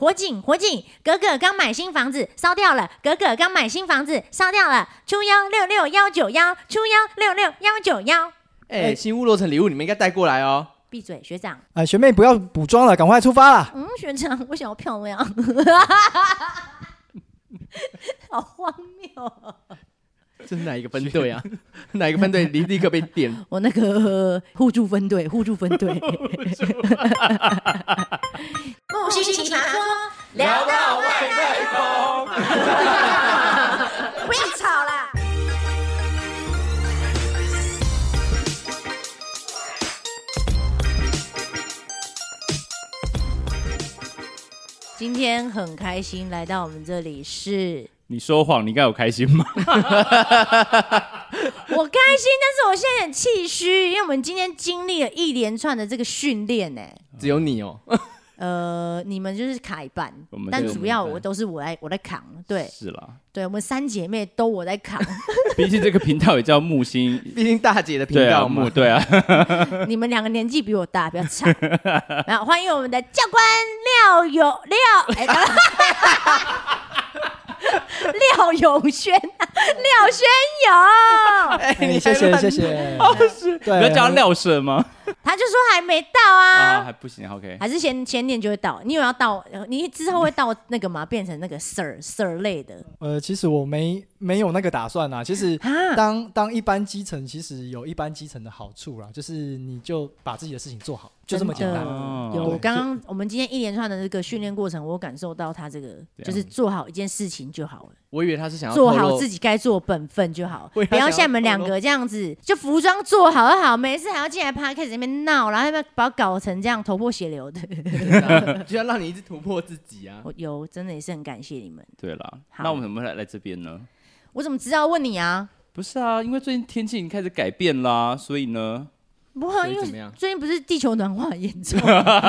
火警，火警！哥哥刚买新房子，烧掉了。哥哥刚买新房子，烧掉了。出幺66191，出幺66191。 新屋落成礼物，你们应该带过来哦。 闭嘴，学长。 学妹不要补妆了，赶快出发啦。 学长，我想要漂亮。好荒谬哦。 这是哪一个分队啊？哪一个分队立刻被点？ 我那个互助分队。木星奇葩说，聊到外太空。不要吵啦！今天很开心来到我们这里是。 你说谎，你应该有开心吗？ 我开心，但是我现在很气虚，因为我们今天经历了一连串的这个训练呢。 只有你哦。 你们就是卡一半，但主要我都是我在扛，对， 是啦， 对，我们3姐妹都我在扛。 毕竟这个频道也叫木星， 毕竟大姐的频道嘛， 对啊。 你们2个年纪比我大，不要吵。然后欢迎我们的教官廖永轩，廖轩友。 谢谢。 不要叫他廖舍吗？ 他就说还没到啊， 还不行 ，OK， 还是先念就会到。你有要到？你之后会到那个吗？变成那个 Sir 类的？ 其实我没有那个打算啊。其实当一般基层，其实有一般基层的好处啦，就是你就把自己的事情做好，就这么简单。 有刚刚我们今天一连串的这个训练过程，我感受到他这个就是做好一件事情就好了。 我以为他是想要做好自己该做本分就好，不要像你们2个这样子，就服装做好就好，每次还要进来 podcast 那边闹，然后要把我搞成这样头破血流的。 就要让你一直突破自己啊！ 有，真的也是很感谢你们。 对啦，那我们怎么来这边呢？ 我怎么知道？问你啊。 不是啊，因为最近天气已经开始改变啦，所以呢。 不好，因为最近不是地球暖化很严重。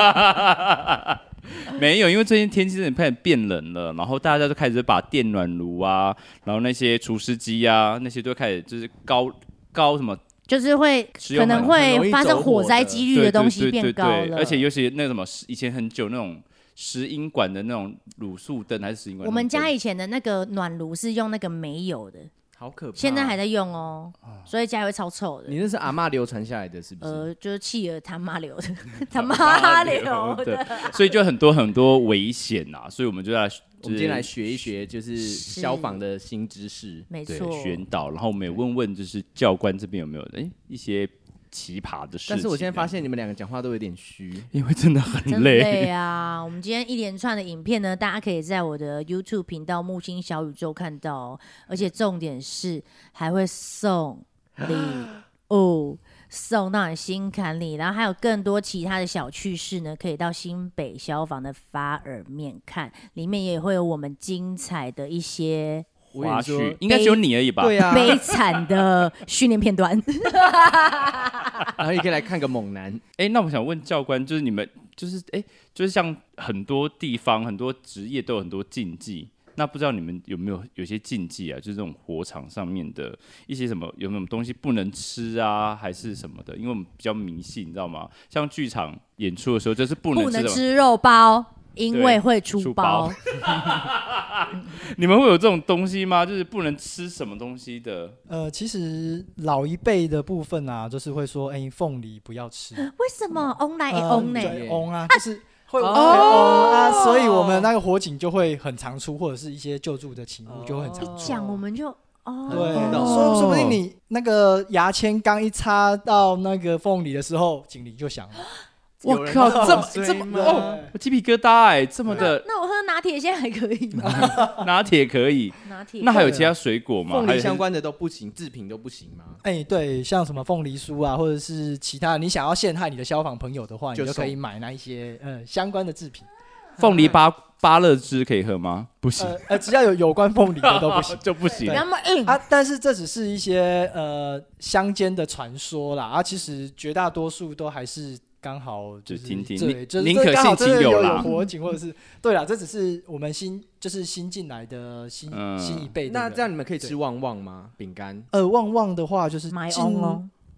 没有，因为最近天气真的开始变冷了，然后大家都开始把电暖炉啊，然后那些除湿机啊，那些都开始就是高什么， 就是会可能会发生火灾几率的东西变高了。 对，而且尤其那什么以前很久那种10英管的那种卤素灯还是10英管， 我们家以前的那个暖炉是用那个煤油的。 好可怕！ 现在还在用哦，所以家里会超臭的。 你那是阿嬷流传下来的，是不是？ 就是企鹅他妈流的，他妈流的， 所以就很多危险啊，所以我们就要。 我们今天来学一学，就是消防的新知识， 没错， 宣导。然后我们也问，就是教官这边有没有一些奇葩的事情。 但是我现在发现你们2个讲话都有点虚， 因为真的很累。 累啊！我们今天一连串的影片呢，大家可以在我的 YouTube 频道木星小宇宙看到哦，而且重点是还会送礼物。送到你心坎里，然后还有更多其他的小趣事呢，可以到新北消防的发耳面看，里面也会有我们精彩的一些花絮，应该只有你而已吧？ 对啊， 悲惨的训练片段， 然后也可以来看个猛男。 那我想问教官，就是你们就是像很多地方很多职业都有很多禁忌。那不知道你们有没有些禁忌啊？就是这种火场上面的一些什么，有没有东西不能吃啊，还是什么的？因为我们比较迷信，你知道吗？像剧场演出的时候，就是不能吃肉包，因为会出包。 你们会有这种东西吗？就是不能吃什么东西的？ 其实老一辈的部分啊，就是会说，凤梨不要吃。 为什么？翁来翁呢？ 翁啊，就是。会所以我们那个火警就会很常出，或者是一些救助的勤务就会很常出。 一讲我们就对，说不定你那个牙签刚一插到那个凤梨的时候，警铃就响了。 我靠，这么我鸡皮疙瘩这么的。 那我喝拿铁现在还可以吗？ 拿铁可以，那还有其他水果吗？ 凤梨相关的都不行，制品都不行吗？ 对，像什么凤梨酥啊，或者是其他你想要陷害你的消防朋友的话，你就可以买那一些相关的制品。 凤梨芭乐汁可以喝吗？不行， 只要有关凤梨的都不行， 就不行。 那么硬啊！但是这只是一些乡间的传说啦，其实绝大多数都还是。刚好就是对，就是宁可信其有啦。 有火警或者是对啦，这只是我们新进来的新一辈的。 那这样你们可以吃旺旺吗？饼干？ 旺旺的话就是买翁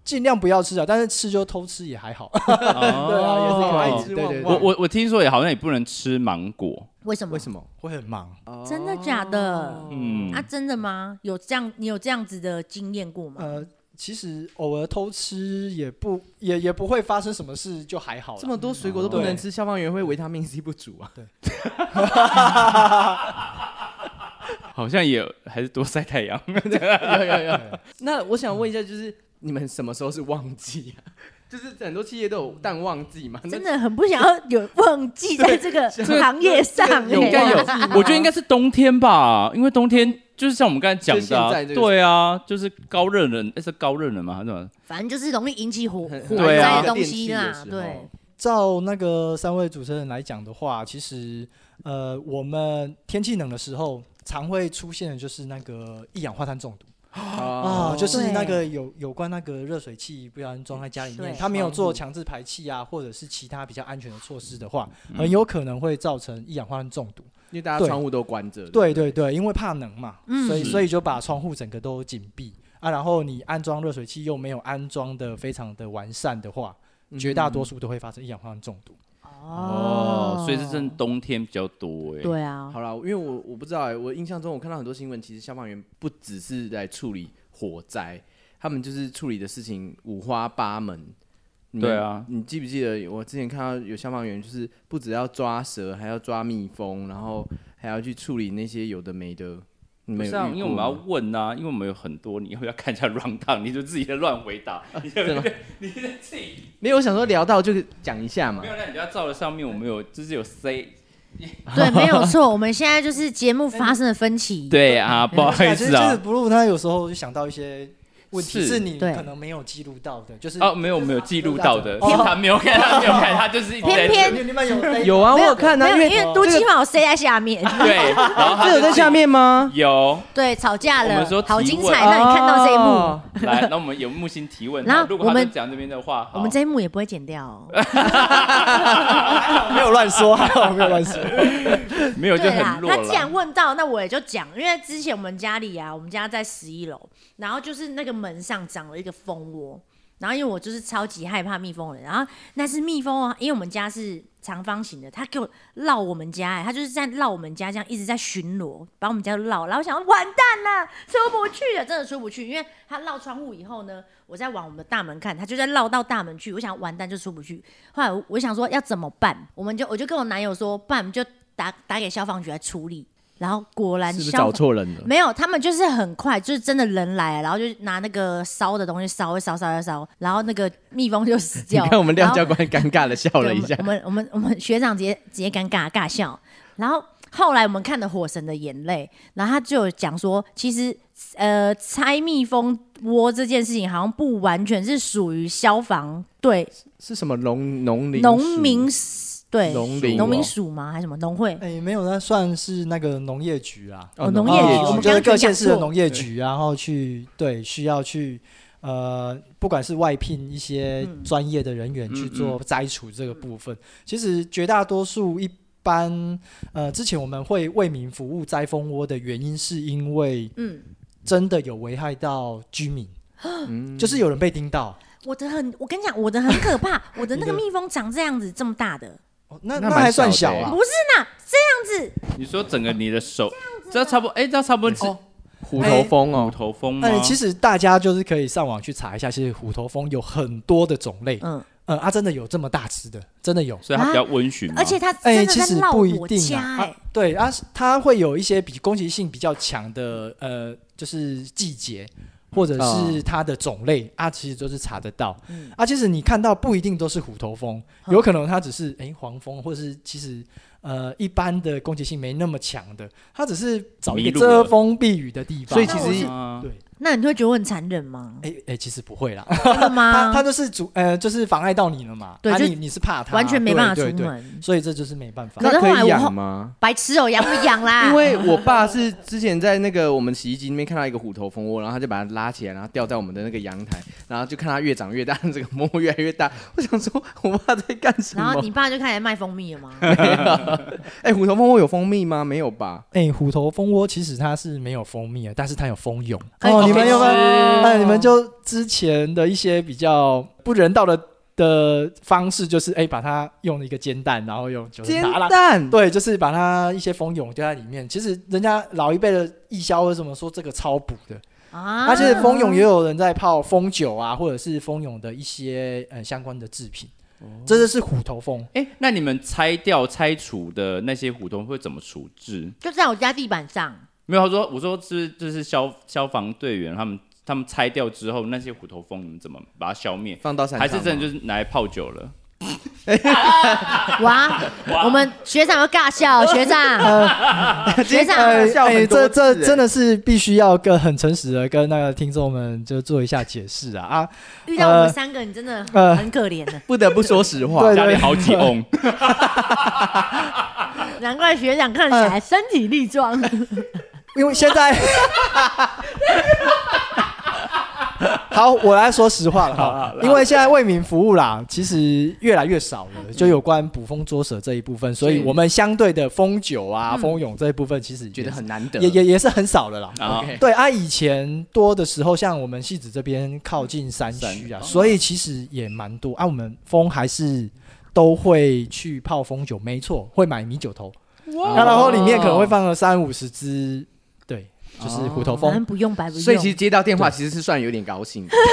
尽量不要吃啊，但是吃就偷吃也还好。 哦对啊，也是可以。 爱吃对对旺对， 我听说也好像也不能吃芒果， 为什么？ 为什么？ 会很忙。 真的假的？ 嗯啊，真的吗？你有这样子的经验过吗？ 其实偶尔偷吃也不会发生什么事，就还好啦。 这么多水果都不能吃，消防员会维他命 C 不足啊。 对， 好像也还是多晒太阳。 有。那我想问一下，就是你们什么时候是旺季啊？就是很多企业都有淡旺季嘛。 真的很不想要有旺季在这个行业上、 有应该有，我觉得应该是冬天吧，因为冬天就是像我们刚才讲就的、啊， 现在这个对啊，就是高热能，是高热能吗？还是什么？ 反正就是容易引起火对啊灾的东西啦。对， 照那个3位主持人来讲的话，其实我们天气冷的时候，常会出现的就是那个一氧化碳中毒。就是那个有关那个热水器不小心装在家里面，他没有做强制排气啊，或者是其他比较安全的措施的话，很有可能会造成一氧化碳中毒。 因为大家窗户都关着。 对，因为怕冷嘛，所以就把窗户整个都紧闭啊。然后你安装热水器又没有安装的非常的完善的话，绝大多数都会发生一氧化碳中毒。 所以是真的冬天比较多对啊， 好啦，因为我不知道我印象中我看到很多新闻，其实消防员不只是在处理火灾，他们就是处理的事情五花八门。 对啊， 你记不记得我之前看到有消防员就是不只要抓蛇，还要抓蜜蜂，然后还要去处理那些有的没的。 不是啊，因为我们要问啊，因为我们有很多，你以后要看一下 round down， 你就自己在乱回答，你自己没有，我想说聊到就讲一下嘛。 没有，那你就要照着上面我们有就是有 say。 对，没有错。我们现在就是节目发生了分歧。 对啊，不好意思啊。 就是 Blue 他有时候就想到一些问题是你对可能没有记录到的，就是没有记录到的，他没有看，他就是一直在偏你们有有啊，我有看啊， 因为都基本上塞在下面。 对，然后他有在下面吗？ 有， 对，吵架了， 我们说好精彩，让你看到这一幕。 来，那我们有木星提问， 然后如果他讲这边的话， 我们这一幕也不会剪掉哦。 没有乱说，没有乱说， 没有就很弱了。 他既然问到，那我也就讲，因为之前我们家里啊，我们家在11楼，然后就是那个门上长了一个蜂窝，然后因为我就是超级害怕蜜蜂的人，然后那是蜜蜂啊，因为我们家是长方形的，他给我绕我们家，他就是在绕我们家，这样一直在巡逻，把我们家绕，然后我想完蛋了，出不去了，真的出不去，因为他绕窗户以后呢，我再往我们的大门看，他就在绕到大门去，我想完蛋就出不去，后来我想说要怎么办，我就跟我男友说，不然我们就打给消防局来处理。然后果然是不是找错人了？ 没有，他们就是很快，就是真的人来了，然后就拿那个烧的东西烧，然后那个蜜蜂就死掉了。 你看我们廖教官尴尬的笑了一下。 我们学长直接尬笑。然后后来我们看了《火神的眼泪》，然后他就有讲说，其实拆蜜蜂窝这件事情好像不完全是属于消防队， 是什么农民对农民署吗？还是什么农会？ 没有，那算是那个农业局啦。 农业局，我们就是各县市的农业局，然后需要去不管是外聘一些专业的人员去做摘除这个部分。其实绝大多数一般之前我们会为民服务摘蜂窝的原因，是因为真的有危害到居民，就是有人被叮到。我跟你讲，我的很可怕，我的那个蜜蜂长这样子，这么大的。 那还算小啊？ 不是呢，这样子。 你说整个你的手，这差不多，这差不多是虎头蜂哦， 虎头蜂吗？ 其实大家就是可以上网去查一下，其实虎头蜂有很多的种类。真的有这么大只的，真的有， 所以它比较温驯嘛。 而且它真的在绕我家， 对啊，它会有一些比攻击性比较强的就是季节。或者是它的种类其实都是查得到。其实你看到不一定都是虎头蜂，有可能它只是黄蜂，或者是其实一般的攻击性没那么强的，它只是找一个遮风避雨的地方。 所以其实对。 那你会觉得我很残忍吗？ 其实不会啦。 真的吗？ 他就是就是妨碍到你了嘛。 对， 你是怕他， 完全没办法出门， 所以这就是没办法。 那可以养吗？ 白痴哦，养不养啦？ 因为我爸是之前在那个我们洗衣机那边看到一个虎头蜂窝，然后他就把它拉起来，然后吊在我们的那个阳台，然后就看它越长越大，这个窝越来越大。我想说，我爸在干什么？ 然后你爸就开始卖蜂蜜了吗？ 虎头蜂窝有蜂蜜吗？没有吧？ 虎头蜂窝其实它是没有蜂蜜的，但是它有蜂蛹。 你们有没有？你们哦就之前的一些比较不人道的方式，就是把它用一个煎蛋，然后用煎蛋， 对，就是把它一些蜂蛹丢在里面。其实人家老一辈的义消为什么说这个超补的？而且蜂蛹也有人在泡蜂酒啊，或者是蜂蛹的一些相关的制品。这就是虎头蜂。 那你们拆除的那些虎头蜂会怎么处置？ 就在我家地板上。 没有，我说就是消防队员他们拆掉之后，那些虎头蜂你们怎么把它消灭？ 放到山上还是真的就是拿来泡酒了？ 哇！我们学长要尬笑，学长，学长， 这真的是必须要很诚实的跟那个听众们就做一下解释啊！ 遇到我们3个，你真的很可怜的， 不得不说实话， 家里好几瓮。 难怪学长看起来身体力壮， 因为现在。好，我来说实话了哈，因为现在为民服务啦，其实越来越少了，就有关捕风捉蛇这一部分，所以我们相对的蜂酒啊、蜂蛹这一部分，其实觉得很难得， 也是很少的啦。 Okay. 对啊，以前多的时候，像我们汐止这边靠近山区啊，所以其实也蛮多啊。我们蜂还是都会去泡蜂酒，没错，会买米酒头，然后里面可能会放了30-50只，对。就是虎头蜂， 不用白不用， 所以其实接到电话其实是算有点高兴的。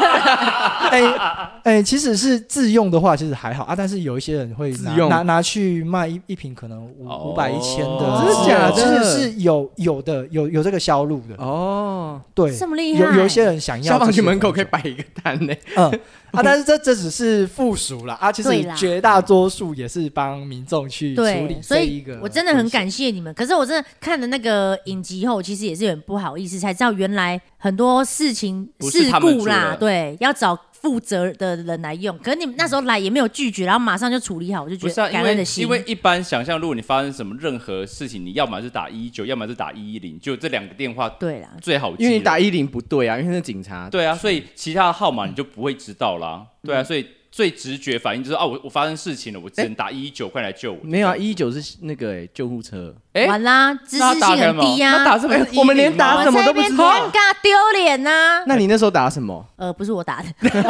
其实是自用的话，其实还好啊，但是有一些人会拿去卖一瓶可能500-1000的， 真的假的？ 其实是有这个销路的哦。 对， 这么厉害， 有一些人想要， 消防局门口可以摆一个摊呢。 但是这只是附属啦啊，其实绝大多数也是帮民众去处理这一个。 我真的很感谢你们，可是我真的看了那个影集后，其实也是有点不好意思，才知道原来很多事情事故啦，对，要找负责的人来用。可是你们那时候来也没有拒绝，然后马上就处理好，我就觉得感恩的心。 因为一般想象，如果你发生什么任何事情，你要么是打119，要么是打110，就这2个电话对啦最好记。 因为你打110不对啊，因为是警察。 对啊，所以其他的号码你就不会知道啦。对啊，所以最直觉反应就是我发生事情了，我只能打119，快来救我。 没有啊，119是那个救护车。 完啦，知识性很低啊。 那打什么？ 我们连打什么都不知道， 尴尬丢脸呐。 那你那时候打什么？ 不是我打的。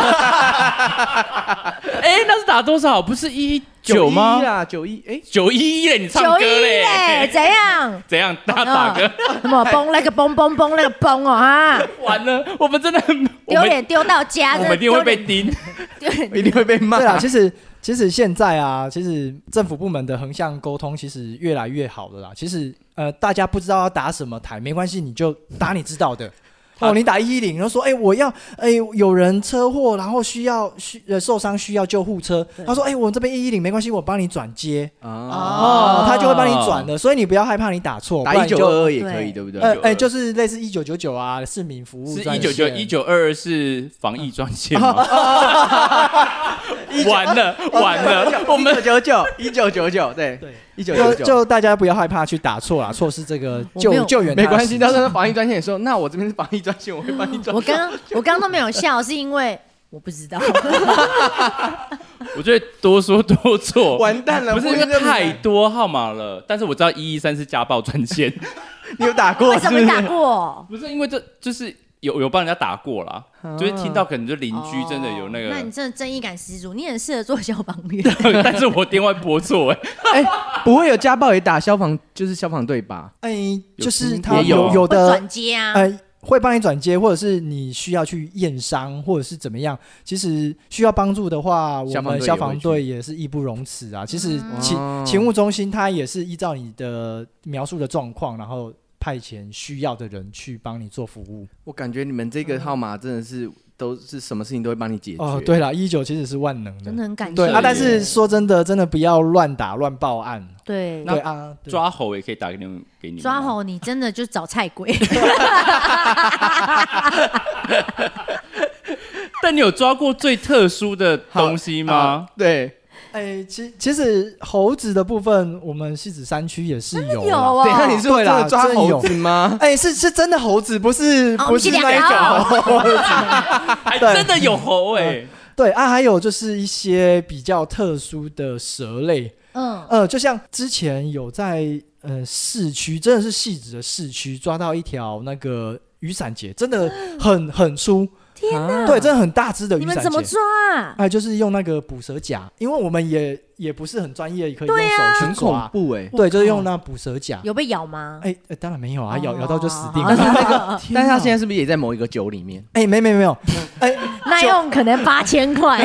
那是打多少？不是119吗？911嘞，你唱歌嘞？ 怎样？ 怎样？打歌？ 什么崩那个崩崩崩那个崩哦哈！ 完了，我们真的很丢脸丢到家， 我们一定会被盯， 一定会被骂。 对啊，其实现在啊，其实政府部门的横向沟通其实越来越好了啦。其实大家不知道要打什么台，没关系，你就打你知道的。你打110，然后说我要有人车祸，然后受伤需要救护车。他说我这边110没关系，我帮你转接。他就会帮你转的，所以你不要害怕你打错， 打192也可以，对不对？ 就是类似1999啊，市民服务专线。 是199，192是防疫专线吗？完了，我们 1999，对，1999， 就大家不要害怕去打错啦，错是这个救援， 没关系。到时候防疫专线也说，那我这边是防疫专线，我会帮你转。 我刚都没有笑，是因为我不知道。 我觉得多说多错， 完蛋了， 不是因为太多号码了，但是我知道113是家暴专线， 你有打过？ 为什么没打过？ 不是因为这就是有帮人家打过啦，就是听到可能就邻居真的有那个。 那你真的正义感十足，你很适合做消防员。 但是我电话拨错不会有家暴也打消防，就是消防队吧？ 就是他有的转接啊。 会帮你转接，或者是你需要去验伤，或者是怎么样。其实需要帮助的话，我们消防队也是义不容辞啊。其实勤务中心它也是依照你的描述的状况，然后派遣需要的人去帮你做服务。 我感觉你们这个号码真的是都是什么事情都会帮你解决。 对啦，119其实是万能的， 真的很感谢。 对啊，但是说真的不要乱打乱报案。 对啊， 抓猴也可以打给你们。 抓猴你真的就找菜鬼。 但你有抓过最特殊的东西吗？ 对。 其实猴子的部分，我们汐止山区也是有。 有等一下，你是真的抓猴子吗？ 是真的猴子，不是那一种猴子， 还真的有猴对啊，还有就是一些比较特殊的蛇类。 就像之前有在市区，真的是汐止的市区抓到一条那个雨伞节，真的很粗。 天哪！ 对，真的很大只的雨伞节。 你们怎么抓啊？ 就是用那个捕蛇夹，因为我们也不是很专业，可以用手很恐去抓。 怖哎。 对，就是用那捕蛇夹。 有被咬吗？ 当然没有啊，咬到就死定了。 了。 但是他现在是不是也在某一个酒里面？ 没有。 那用可能8000块。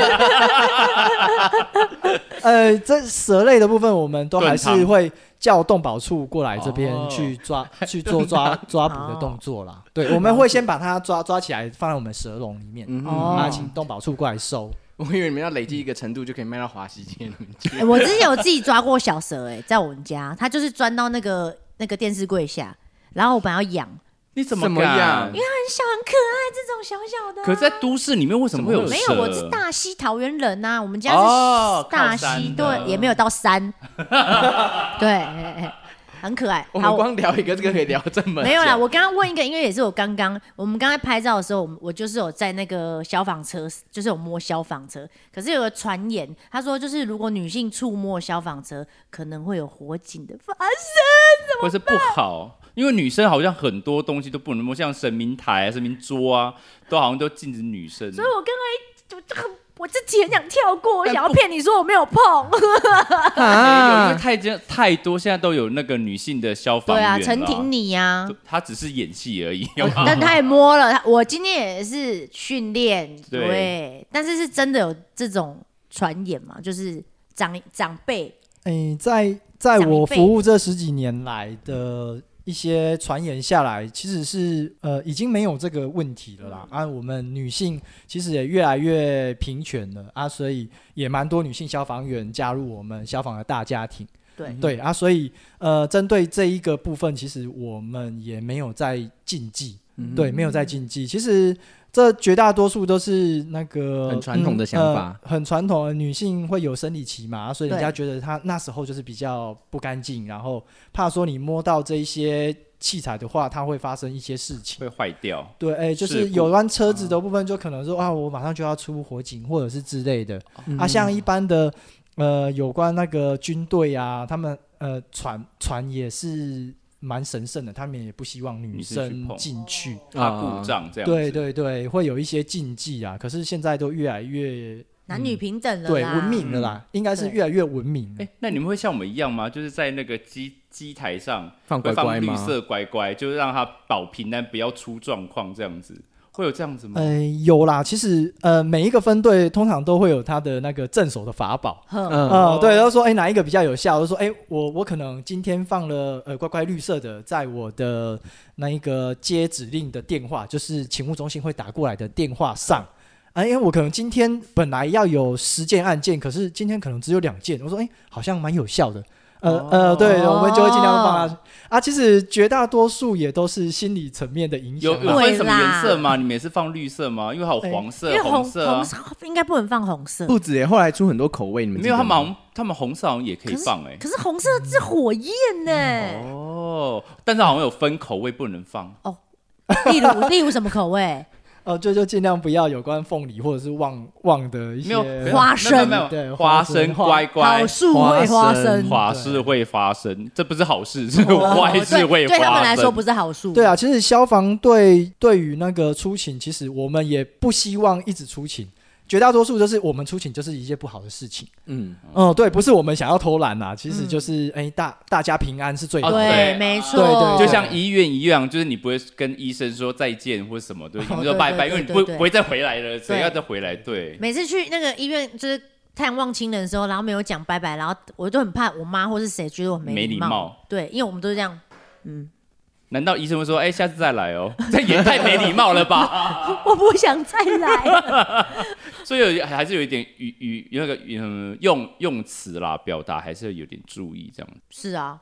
这蛇类的部分，我们都还是会叫动保处过来这边去做抓捕的动作啦。对，我们会先把它抓起来，放在我们蛇笼里面，请动保处过来收。 我以为你们要累积一个程度就可以卖到华西街里面去。 我之前有自己抓过小蛇，在我们家，它就是钻到那个电视柜下，然后我本来要养。 你怎么样？ 因为它很小很可爱，这种小小的。 可是在都市里面为什么会有蛇？ 没有，我是大溪桃园人呐，我们家是大溪，对，也没有到山。对，很可爱。 我们光聊一个，这个可以聊这么久。 没有啦，我刚刚问一个，因为也是我们刚才拍照的时候，我就是有在那个消防车，就是有摸消防车。可是有个传言，他说就是如果女性触摸消防车，可能会有火警的发生， 或是不好。因为女生好像很多东西都不能摸，像神明台啊、神明桌啊，都好像都禁止女生。 所以我刚才我自己很想跳过，我想要骗你说我没有碰。 因为太多，现在都有那个女性的消防员了。 对啊，陈婷妮啊， 她只是演戏而已。 但她也摸了，我今天也是训练，对，但是真的有这种传言嘛？就是长辈。 在我服务这10几年来的一些传言下来，其实是已经没有这个问题了啦。我们女性其实也越来越平权了所以也蛮多女性消防员加入我们消防的大家庭。对所以针对这一个部分，其实我们也没有在禁忌，对，没有在禁忌。其实这绝大多数都是那个很传统的想法， 很传统的女性会有生理期嘛，所以人家觉得她那时候就是比较不干净，然后怕说你摸到这一些器材的话，它会发生一些事情， 会坏掉。 对，就是有关车子的部分，就可能说我马上就要出火警或者是之类的。像一般的有关那个军队啊，他们船也是蛮神圣的，他们也不希望女生进去， 怕故障这样子。 对，会有一些禁忌啊。可是现在都越来越男女平等了啦， 对，文明了啦，应该是越来越文明。 那你们会像我们一样吗？就是在那个机台上放乖乖吗？ 绿色乖乖，就是让它保平安，不要出状况这样子。会有这样子吗？ 有啦，其实每一个分队通常都会有他的那个镇守的法宝。对，然后说哪一个比较有效，就说我可能今天放了乖乖绿色的，在我的那一个接指令的电话，就是勤务中心会打过来的电话上。因为我可能今天本来要有10件案件，可是今天可能只有2件，我说好像蛮有效的。对，我们就会尽量放下去其实绝大多数也都是心理层面的影响。 有分什么颜色吗？你们也是放绿色吗？因为还有黄色、红色红色应该不能放红色。 不止耶，后来出很多口味，你们没有？他们红色好像也可以放可是红色是火焰但是好像有分口味不能放例如什么口味？ 就尽量不要有关凤梨或者是旺的一些花生， 对， 花生乖乖， 好事会发生， 好事会发生，这不是好事，是坏事会发生。 对他们来说不是好事。 对啊，其实消防队对于那个出勤，其实我们也不希望一直出勤。绝大多数就是我们出勤就是一件不好的事情。对，不是我们想要偷懒啦，其实就是大家平安是最好的。 对，没错。 就像医院一样，就是你不会跟医生说再见或者什么，对，你说拜拜，因为你不会再回来了，谁要再回来？对。 每次去那个医院就是探望亲人的时候，然后没有讲拜拜，然后我就很怕我妈或是谁觉得我没礼貌。对，因为我们都是这样。 难道医生会说下次再来哦？这也太没礼貌了吧！ 我不想再来。 所以还是有一点那个用词啦，表达还是有点注意这样。 是啊。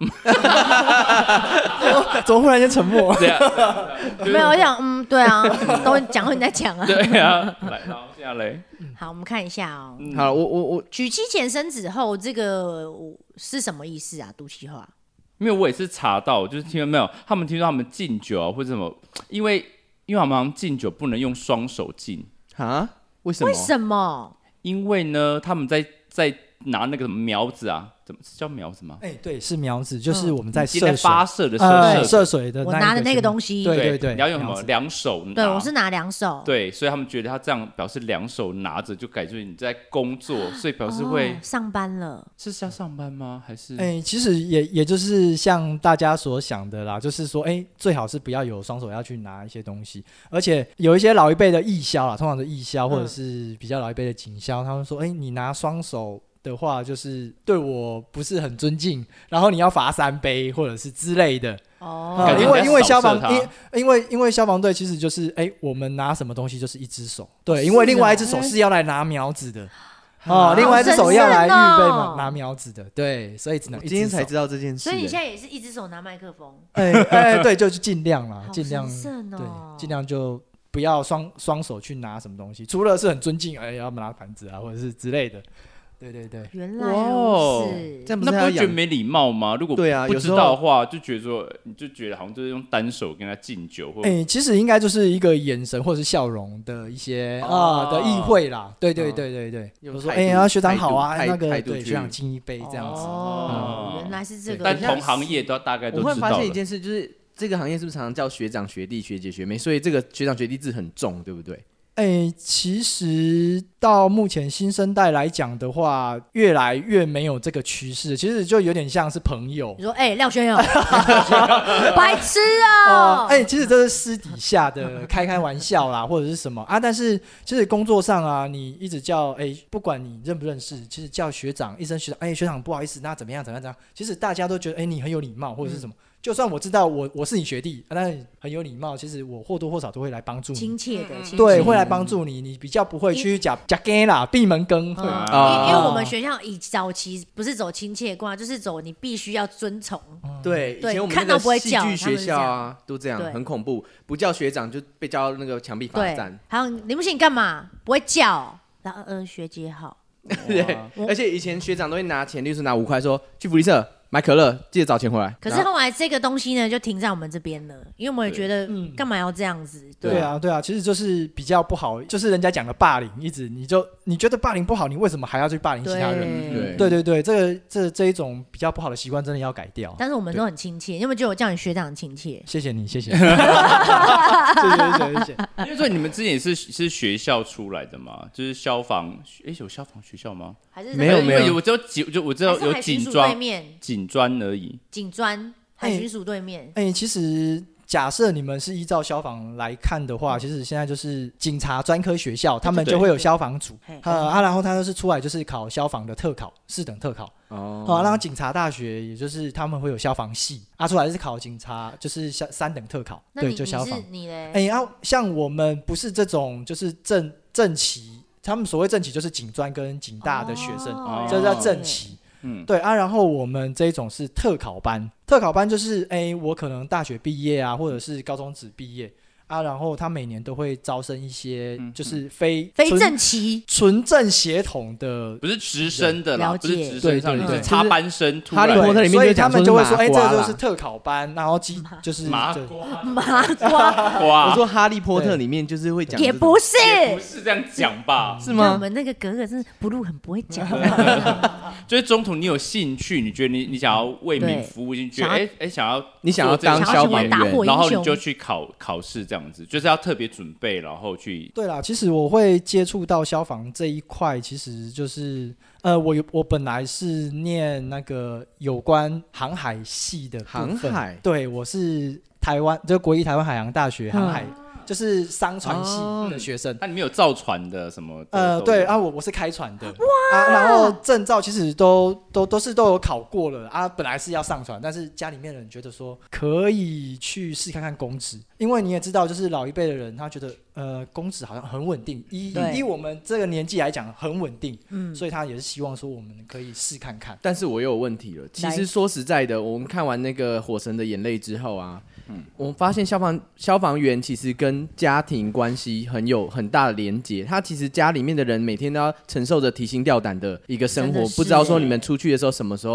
怎么忽然间沉默？ 对啊， 没有，我想对啊，都讲后你在讲啊。 对啊，来，然后现在嘞。 好，我们看一下好，我娶妻前生子后，这个是什么意思啊？毒气化。 因为我也是查到，就是听到没有，他们听说他们敬酒或者什么，因为他们好像敬酒不能用双手敬为什么？ 为什么？ 因为呢，他们在拿那个什么苗子啊，怎么是叫苗子吗？ 对，是苗子，就是我们在接在射水发射的射水的我拿的那个东西， 对， 你要用什么两手拿？ 对，我是拿2手。 对，所以他们觉得他这样表示2手拿着，就感觉你在工作，所以表示会上班了。 是要上班吗？还是？ 其实也就是像大家所想的啦，就是说，最好是不要有双手要去拿一些东西，而且有一些老一辈的义消啦，通常的义消或者是比较老一辈的警消，他们说，你拿双手的话，就是对我不是很尊敬，然后你要罚3杯或者是之类的。因为消防因为消防队其实就是我们拿什么东西就是一只手，对，因为另外一只手是要来拿苗子的。另外一只手要来预备拿苗子的，对，所以只能一只手。 今天才知道这件事。 所以你现在也是一只手拿麦克风？ 对，就是尽量啦，尽量对， 尽量就不要双手去拿什么东西，除了是很尊敬，要拿盘子啊或者是之类的。对， 原来如此。 这样那不会觉得没礼貌吗？如果不知道的话，就觉得说，你就觉得好像就是用单手跟他敬酒。 其实应该就是一个眼神或者是笑容的一些的意会啦。对，有说学长好啊，那个对学长敬一杯这样子。 原来是这个。 但同行业大概都知道了。 我会发现一件事，就是这个行业是不是常常叫学长、学弟、学姐、学妹，所以这个学长、学弟制很重，对不对？ 其实到目前新生代来讲的话，越来越没有这个趋势，其实就有点像是朋友。 你说廖轩友，白痴哦！ 其实这是私底下的开玩笑啦，或者是什么啊？但是其实工作上啊，你一直叫不管你认不认识，其实叫学长一声学长，学长不好意思，那怎么样？其实大家都觉得你很有礼貌，或者是什么。就算我知道我是你学弟，但很有礼貌，其实我或多或少都会来帮助你， 亲切的， 对，会来帮助你，你比较不会去假 gay 啦，闭门羹。因为我们学校以早期不是走亲切挂，就是走你必须要遵从。 对，以前我们那个戏剧学校啊，都这样，很恐怖，不叫学长就被叫那个墙壁罚站。 还有你不行干嘛？不会叫，然后学姐好。 对，而且以前学长都会拿钱，例如拿5块说去福利社买可乐，记得找钱回来。 可是后来这个东西呢，就停在我们这边了，因为我们也觉得，干嘛要这样子？ 对啊，其实就是比较不好，就是人家讲的霸凌，一直你觉得霸凌不好，你为什么还要去霸凌其他人？对，这一种比较不好的习惯，真的要改掉。 但是我们都很亲切，因为就我叫你学长很亲切。 谢谢你，谢谢。 因为说你们之前也是学校出来的嘛，就是消防，有消防学校吗？ 还是没有， 我知道有警专而已。 警专海巡署对面。 其实假设你们是依照消防来看的话，其实现在就是警察专科学校，他们就会有消防组然后他就是出来就是考消防的特考，4等特考。然后警察大学也就是他们会有消防系，出来是考警察，就是3等特考。对，就消防。 你嘞？ 像我们不是这种就是正期，他们所谓正期就是警专跟警大的学生，这叫正期。对然后我们这一种是特考班，特考班就是我可能大学毕业啊，或者是高中职毕业然后他每年都会招生一些就是非正期纯正血统的， 不是直升的啦，不是直升上， 对， 插班生。 哈利波特里面所以他们就会说， 这个就是特考班，然后就是麻瓜。我说哈利波特里面就是会讲， 也不是这样讲吧？ 是吗？ 我们那个格格真是Blue很不会讲。 就是中途你有兴趣，你觉得你想要为民服务，你觉得想要当消防员， 然后你就去考试这样子，就是要特别准备，然后去。 对啦，其实我会接触到消防这一块，其实就是我本来是念那个有关航海系的部分。 航海？ 对，我是就国立台湾海洋大学航海。就是商船系的学生。 那你们有造船的什么？ 对我是开船的。哇！然后证照其实都有考过了本来是要上船，但是家里面的人觉得说可以去试看看公职，因为你也知道，就是老一辈的人他觉得公职好像很稳定，以我们这个年纪来讲很稳定，所以他也是希望说我们可以试看看。 但是我又有问题了，其实说实在的，我们看完那个《火神的眼泪》之后我们发现消防员其实跟家庭关系有很大的连结，他其实家里面的人每天都要承受着提心吊胆的一个生活，不知道说你们出去的时候什么时候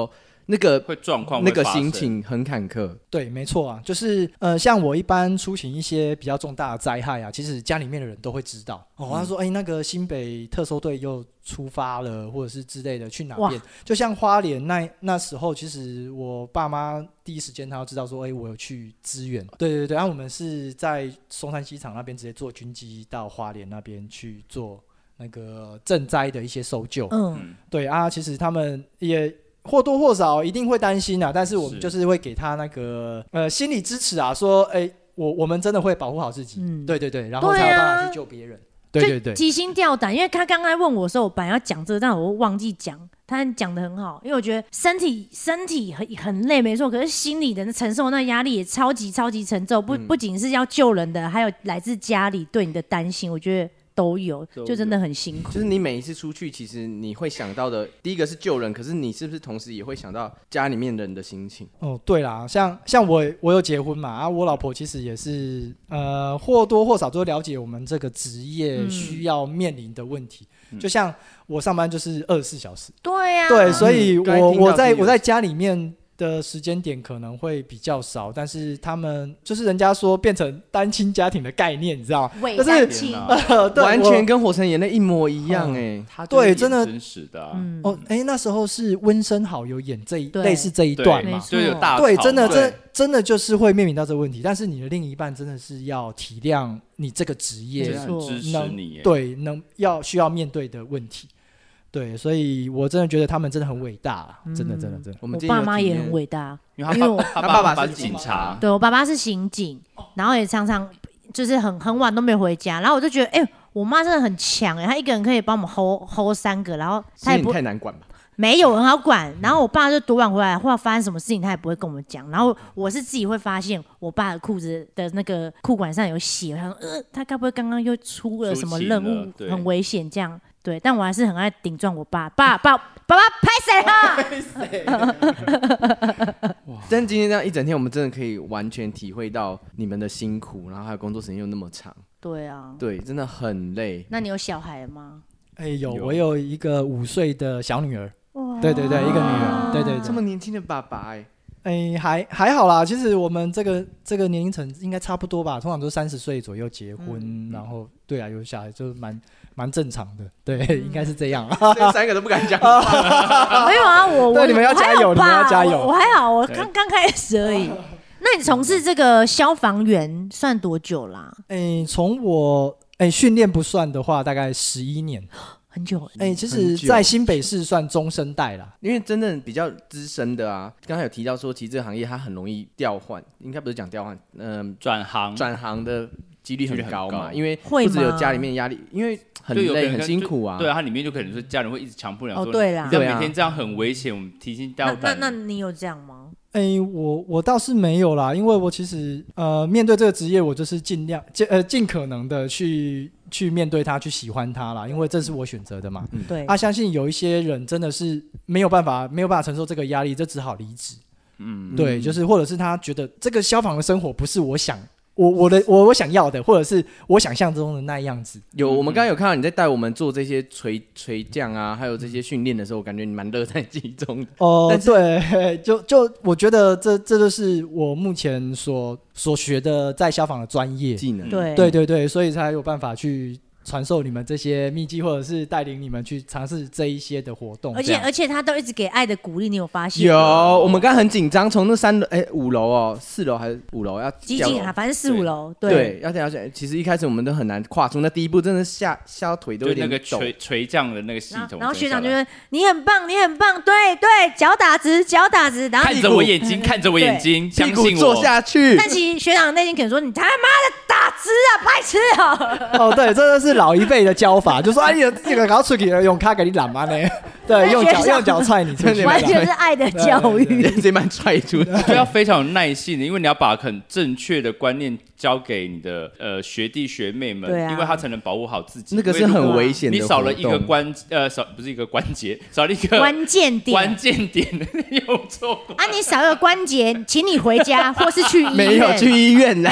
那个会状况那个心情很坎坷。 对，没错啊，就是像我一般出行一些比较重大的灾害啊，其实家里面的人都会知道哦。他说，那个新北特搜队又出发了，或者是之类的，去哪边？就像花莲那时候，其实我爸妈第一时间他要知道说，我有去支援。对对对，然后我们是在松山机场那边直接坐军机到花莲那边去做那个赈灾的一些搜救。对啊，其实他们也或多或少一定会担心啊，但是我们就是会给他那个心理支持啊，说我们真的会保护好自己。对对对，然后才有办法去救别人。对对对， 提心吊胆，因为他刚才问我的时候，我本来要讲这个，但我忘记讲。他讲得很好，因为我觉得身体很累，没错，可是心理的承受那压力也超级沉重，不仅是要救人的，还有来自家里对你的担心，我觉得都有，就真的很辛苦。 就是你每一次出去，其实你会想到的第一个是救人，可是你是不是同时也会想到家里面人的心情？ 哦，对啦，像我有结婚嘛，啊，我老婆其实也是或多或少都了解我们这个职业需要面临的问题。就像我上班就是24小时， 对呀， 对，所以我在家里面的时间点可能会比较少，但是他们就是人家说变成单亲家庭的概念，你知道吗？ 伪单亲， 完全跟《火神眼泪》一模一样对，真的真实的啊。 那时候是温升豪有演类似这一段嘛， 就有大对，真的就是会面临到这个问题，但是你的另一半真的是要体谅你这个职业， 支持你， 对，需要面对的问题。对，所以我真的觉得他们真的很伟大啦，真的。 我爸妈也很伟大， 因为他爸爸是警察， 对，我爸爸是刑警，然后也常常就是很晚都没回家，然后我就觉得，我妈真的很强她一个人可以帮我们 hold 3个，然后她也不太难管吧？ 没有很好管，然后我爸就多晚回来，或者发生什么事情他也不会跟我们讲，然后我是自己会发现我爸的裤子的那个裤管上有血，我想说他该不会刚刚又出了什么任务，很危险这样。对，但我还是很爱顶撞我爸，爸爸拍谁了？ 但今天这样一整天，我们真的可以完全体会到你们的辛苦，然后还有工作时间又那么长。 对啊， 对，真的很累。那你有小孩吗？ 有，我有一个5岁的小女儿。对对对，一个女儿。对对对， 这么年轻的爸爸还好啦。其实我们这个年龄层应该差不多吧，通常都30岁左右结婚，然后对啊，有小孩就蛮正常的，对，应该是这样。 这3个都不敢讲。 没有啊， 对，你们要加油，你们要加油。 我还好，我刚开始而已。那你从事这个消防员算多久啦？ 从我训练不算的话，大概11年。 很久其实在新北市算中生代啦， 因为真的比较资深的啊，刚才有提到说，其实这个行业它很容易调换，应该不是讲调换， 转行的几率很高嘛，因为不只有家里面压力，因为很累很辛苦啊。 对啊，它里面就可能说家人会一直强迫你说， 对啦， 你每天这样很危险，我们提心吊胆。 那你有这样吗？ 我倒是没有啦，因为我其实面对这个职业，我就是尽可能的去面对它，去喜欢它啦，因为这是我选择的嘛。 对。 相信有一些人真的是没有办法承受这个压力，这只好离职。对，就是或者是他觉得这个消防的生活不是我想要的，或者是我想象中的那样子。 我们刚刚有看到你在带我们做这些垂降啊，还有这些训练的时候，我感觉你蛮乐在其中的。 对，就我觉得这就是我目前所学的在消防的专业技能。 对，所以才有办法去传授你们这些秘籍，或者是带领你们去尝试这一些的活动。 而且他都一直给爱的鼓励，你有发现？ 有，我们刚刚很紧张，从那5楼哦，4楼还是5楼要激进啊，反正4、5楼， 对，要掉下来。其实一开始我们都很难跨出那第一步，真的吓到腿都有点抖。 那个垂降的那个系统， 然后学长就说你很棒，对，脚打直，然后看着我眼睛，相信我， 屁股坐下去。 但其实学长内心可能说你他妈的打直啊，白痴啊！ 对，这就是老一辈的教法，就说这个搞出去用卡给你揽嘛呢？对，用脚踹你出去， 完全是爱的教育， 这蛮踹出去， 就要非常有耐性的，因为你要把很正确的观念交给你的学弟学妹们，因为他才能保护好自己。 那个是很危险的， 你少了一个不是一个关节，少了一个关键点，用错啊！你少了关节，请你回家或是去医院。 没有去医院啦。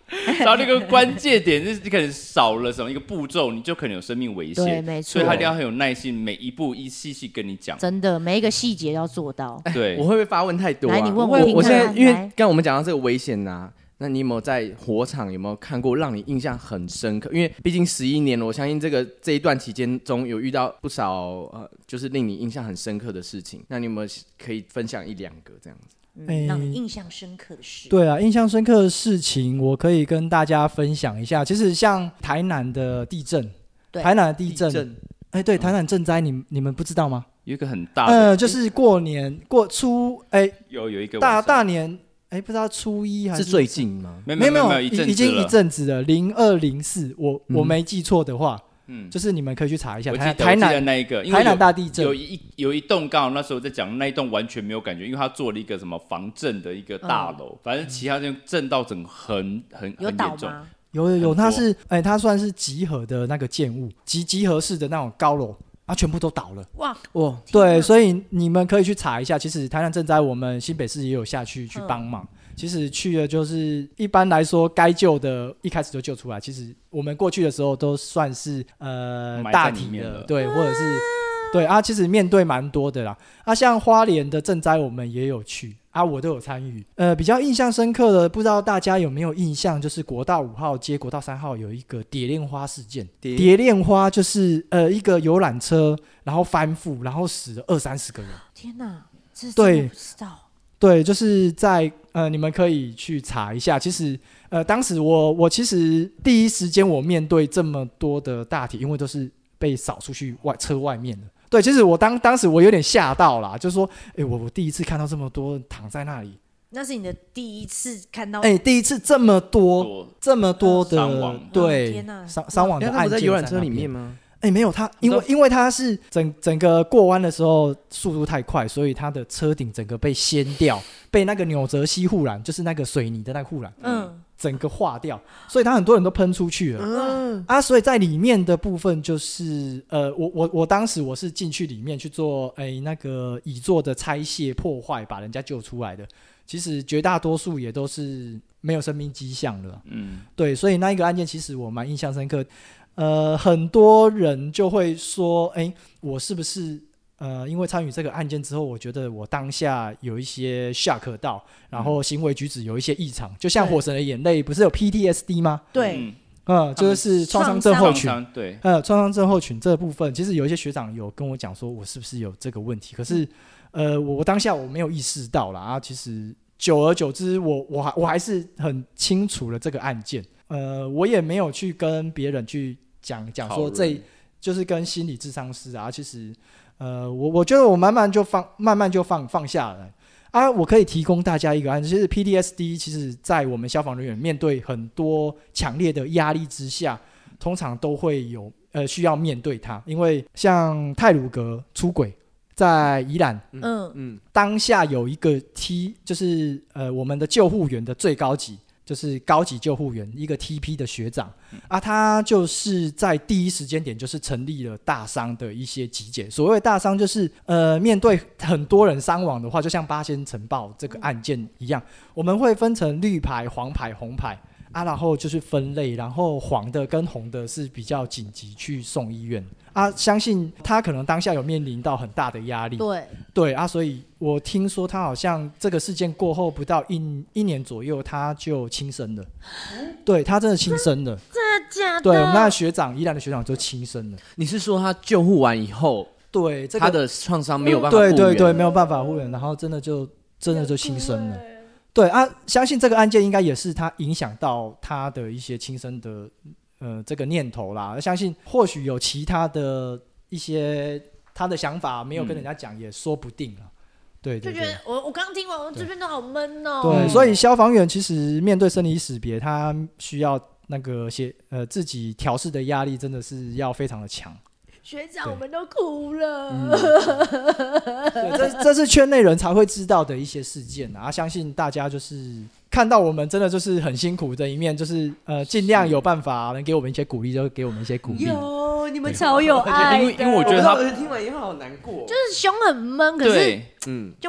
然后那个关键点是你可能少了什么一个步骤，你就可能有生命危险。 对，没错。 所以他一定要很有耐心，每一步一细细跟你讲。 真的，每一个细节要做到。 对， 我会不会发问太多啊？ 来，你问我现在因为来刚刚我们讲到这个危险啊，那你有没有在火场有没有看过让你印象很深刻？因为毕竟11年了，我相信这一段期间中有遇到不少就是令你印象很深刻的事情。那你有没有可以分享1-2个这样子？ 让你印象深刻的事。 对啊，印象深刻的事情，我可以跟大家分享一下。其实像台南的地震，台南的地震，对，台南震灾，你们不知道吗？ 有一个很大的， 就是过年初， 有一个大年，不知道初一还是最近吗？ 没有，已经一阵子了，0204，我没记错的话。就是你们可以去查一下，台南那一个， 台南大地震有一栋，刚好那时候在讲那一栋完全没有感觉，因为他做了一个什么防震的一个大楼，反正其他就震到整个很严重。 有，它算是集合的那个建物，集合式的那种高楼，全部都倒了。哇，对，所以你们可以去查一下。其实台南震灾，我们新北市也有下去帮忙。其实去的就是一般来说该救的，一开始就救出来。其实我们过去的时候都算是大体的，对，或者是对啊。其实面对蛮多的啦。像花莲的震灾我们也有去我都有参与。比较印象深刻的，不知道大家有没有印象，就是国道5号接国道3号有一个蝶恋花事件。蝶恋花就是一个游览车，然后翻覆，然后死了20-30个人。 天哪，这真的不知道。 对，就是在你们可以去查一下。其实当时我其实第一时间我面对这么多的大体，因为都是被扫出去车外面的。对，其实我当时我有点吓到啦，就是说，我第一次看到这么多躺在那里。 那是你的第一次看到？ 第一次这么多的伤亡， 对，伤亡的案件。 他不在游览车里面吗？ 没有，他因为他是整个过弯的时候速度太快，所以他的车顶整个被掀掉，被那个纽泽西护栏，就是那个水泥的那个护栏，整个化掉，所以他很多人都喷出去了。所以在里面的部分就是我当时我是进去里面去做那个椅座的拆卸破坏，把人家救出来的。其实绝大多数也都是没有生命迹象了。对，所以那一个案件其实我蛮印象深刻。很多人就会说，我是不是因为参与这个案件之后，我觉得我当下有一些 shock 到，然后行为举止有一些异常，就像《火神的眼泪》不是有 PTSD 吗？ 对， 就是创伤症候群。 对， 创伤症候群这部分，其实有一些学长有跟我讲说，我是不是有这个问题？可是，我当下我没有意识到啦。其实久而久之，我还是很清楚了这个案件。我也没有去跟别人去讲说这就是跟心理咨商师其实我觉得我慢慢就放下来我可以提供大家一个案子，就是 PTSD 其实在我们消防人员面对很多强烈的压力之下，通常都会有需要面对它。因为像太鲁阁出轨在宜兰，当下有一个就是我们的救护员的最高级，就是高级救护员，一个 TP 的学长他就是在第一时间点就是成立了大伤的一些集结。所谓大伤就是面对很多人伤亡的话，就像八仙城堡这个案件一样，我们会分成绿牌、黄牌、红牌然后就是分类，然后黄的跟红的是比较紧急去送医院相信他可能当下有面临到很大的压力。对所以我听说他好像这个事件过后不到一年左右他就轻生了。对，他真的轻生了。 真的假的？ 对，我们那宜兰的学长就轻生了。 你是说他救护完以后， 对， 他的创伤没有办法复原？ 对，没有办法复原，然后真的就轻生了。对相信这个案件应该也是他影响到他的一些轻生的这个念头啦。相信或许有其他的一些他的想法没有跟人家讲，也说不定啊。对， 就觉得我刚听完，我这边都好闷哦。 对，所以消防员其实面对生离死别，他需要那个自己调试的压力真的是要非常的强。 学长，我们都哭了。 对，这是圈内人才会知道的一些事件相信大家就是看到我们真的就是很辛苦的一面，就是尽量有办法能给我们一些鼓励就给我们一些鼓励。 有，你们超有爱的。 因为我觉得他听完以后好难过， 就是胸很闷，可是就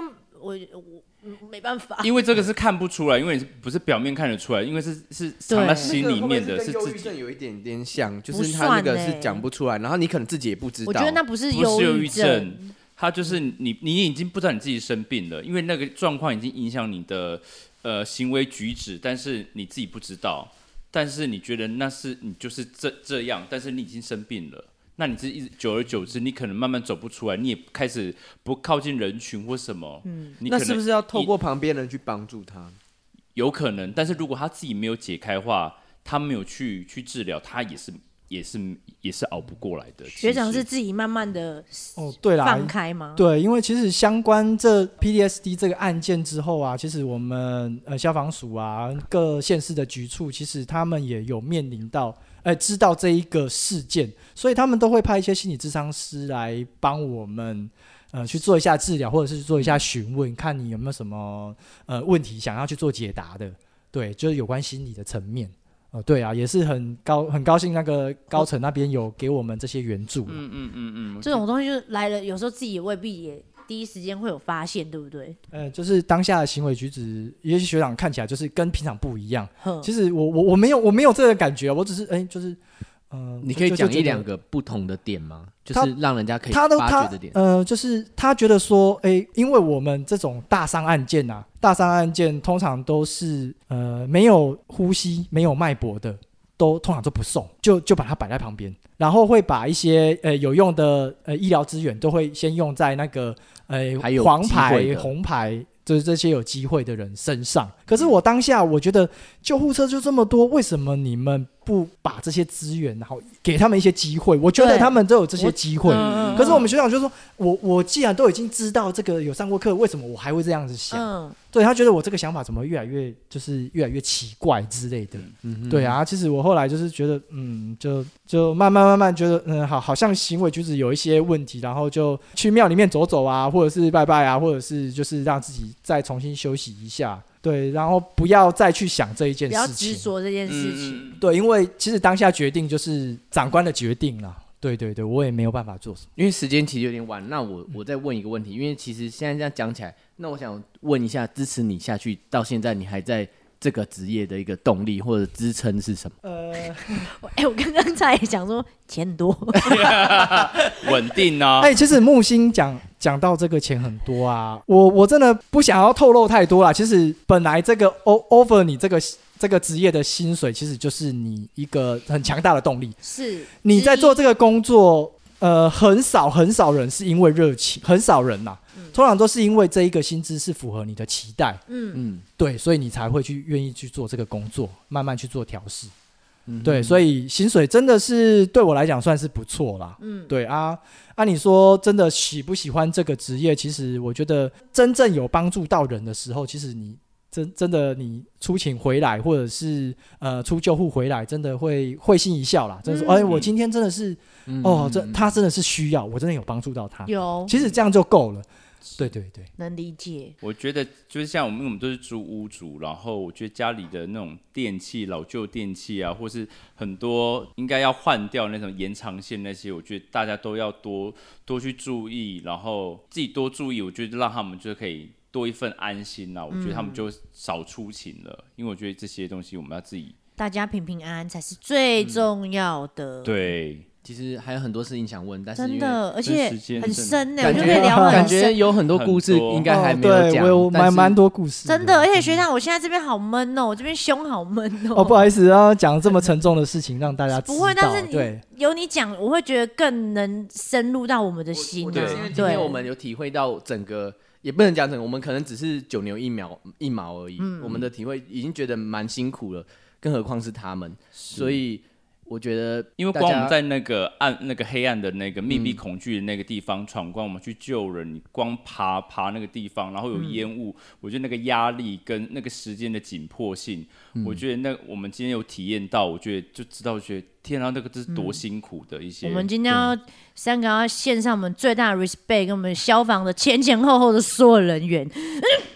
我没办法， 因为这个是看不出来，因为不是表面看得出来，因为是藏在心里面的， 是自己忧郁症有一点点像，就是他那个是讲不出来，然后你可能自己也不知道。 我觉得那不是忧郁症，它就是你已经不知道你自己生病了，因为那个状况已经影响你的行为举止，但是你自己不知道，但是你觉得那是你就是这样，但是你已经生病了。那你一直久而久之，你可能慢慢走不出来，你也开始不靠近人群或什么。你可能那是不是要透过旁边人去帮助他？ 有可能，但是如果他自己没有解开的话，他没有去治疗，他也是熬不过来的。 学长是自己慢慢的对啦， 放开吗？ 对，因为其实相关这 PTSD 这个案件之后啊，其实我们消防署啊，各县市的局处，其实他们也有面临到。知道这一个事件，所以他们都会派一些心理咨商师来帮我们去做一下治疗，或者是做一下询问，看你有没有什么问题想要去做解答的。对，就是有关心理的层面。对啊，也是很高兴那个高层那边有给我们这些援助。 这种东西就是来了，有时候自己也未必也第一时间会有发现，对不对？ 就是当下的行为举止，也许学长看起来就是跟平常不一样。其实我没有这个感觉，我只是就是你可以讲一两个不同的点吗？就是让人家可以发觉的点。 就是他觉得说，因为我们这种大伤案件啊，通常都是没有呼吸、没有脉搏的，通常都不送，就把它摆在旁边，然后会把一些有用的医疗资源都会先用在那个黄牌、红牌。就是这些有机会的人身上。可是我当下我觉得救护车就这么多，为什么你们不把这些资源然后给他们一些机会？我觉得他们都有这些机会。可是我们学长就说，我既然都已经知道这个有上过课，为什么我还会这样子想？对，他觉得我这个想法怎么越来越奇怪之类的。对啊，其实我后来就是觉得，就慢慢觉得，好像行为举止有一些问题，然后就去庙里面走走啊，或者是拜拜啊，或者是就是让自己再重新休息一下。对，然后不要再去想这一件事情， 不要执着这件事情。 对，因为其实当下决定就是长官的决定啦。对，我也没有办法做什么。 因为时间其实有点晚，那我再问一个问题，因为其实现在这样讲起来，那我想问一下，支持你下去到现在，你还在这个职业的一个动力或者支撑是什么？ 我刚刚才讲说钱很多， 稳定啊。 其实木星讲到这个钱很多啊，我真的不想要透露太多啦。其实本来这个 offer 你这个职业的薪水，其实就是你一个很强大的动力。 是你在做这个工作，很少人是因为热情，很少人呐。通常都是因为这一个薪资是符合你的期待，对，所以你才会愿意去做这个工作，慢慢去做调试，对，所以薪水真的是对我来讲算是不错啦，对啊，你说真的喜不喜欢这个职业？其实我觉得真正有帮助到人的时候，其实你真的你出勤回来，或者是出救护回来，真的会心一笑啦，真的说，我今天真的是，他真的是需要，我真的有帮助到他，其实这样就够了。对， 能理解。 我觉得就是像我们都是租屋族，然后我觉得家里的那种电器、老旧电器啊，或是很多应该要换掉那种延长线那些，我觉得大家都要多去注意，然后自己多注意，我觉得让他们就可以多一份安心啦。我觉得他们就少出勤了，因为我觉得这些东西我们要自己， 大家平平安安才是最重要的。 对。 其实还有很多事情想问，但是真的，而且很深感觉可以聊很深， 感觉有很多故事应该还没有讲。 对，我蛮多故事， 真的。而且学长，我现在这边好闷哦，我这边胸好闷哦。 不好意思啊，讲这么沉重的事情让大家知道。 不会，但是有你讲，我会觉得更能深入到我们的心。 对，因为今天我们有体会到整个，也不能讲整个，我们可能只是9牛1毛而已。我们的体会已经觉得蛮辛苦了，更何况是他们，所以。我觉得， 因为光我们在那个黑暗的那个密闭恐惧的那个地方闯关，我们去救人，你光爬那个地方，然后有烟雾，我觉得那个压力跟那个时间的紧迫性，我觉得我们今天有体验到，我觉得就知道，觉得天啊，那个这是多辛苦的一些。 我们今天3个要献上我们最大的 respect，跟我们消防的前后的所有人员。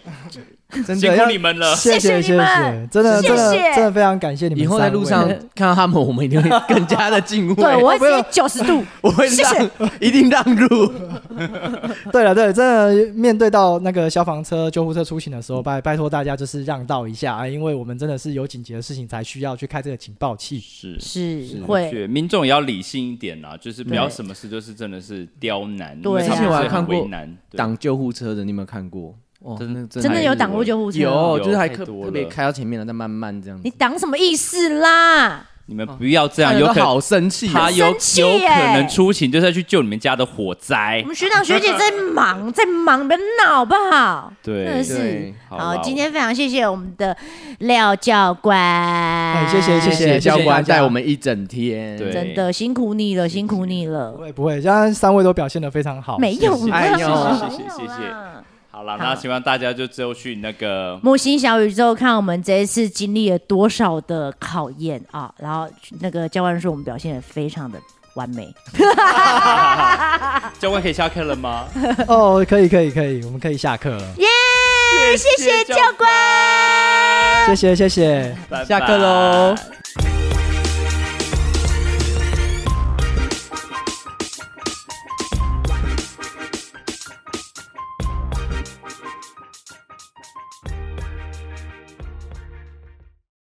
真的辛苦你们了。 谢谢谢你们真的谢谢真的非常感谢你们。 以后在路上看到他们，我们一定会更加的敬畏。 对，我会直接90度， 我会谢谢一定让路。 对了，真的面对到那个消防车、救护车出勤的时候，拜托大家就是让道一下啊，因为我们真的是有紧急的事情才需要去开这个警报器。 是会， 民众也要理性一点啦，就是不要什么事就是真的是刁难。 对， 之前我还看过为难挡救护车的，你有没有看过？哦， 真的有挡过救护车？ 有，就是还太多了特别开到前面了，再慢慢这样子。 你挡什么意思啦？ 你们不要这样， 看了都有可能好生气哦。 他有生气可耶能出勤就是要去救你们家的火灾我。们学长学姐在忙，在忙，别闹好不好？ 对真的是对。 好， 啦今天非常谢谢我们的廖教官， 谢谢教官大家带我们一整天。 对真的辛苦你了，辛苦你了。 不会，这样3位都表现得非常好。 没有啦， 哎呦没有啦谢谢好了，那希望大家就之后去那个木星小宇宙看我们这一次经历了多少的考验啊！然后那个教官说我们表现得非常的完美。 教官可以下课了吗？ 哦，可以，我们可以下课了。 耶！谢谢教官， 谢谢， 拜拜下课喽。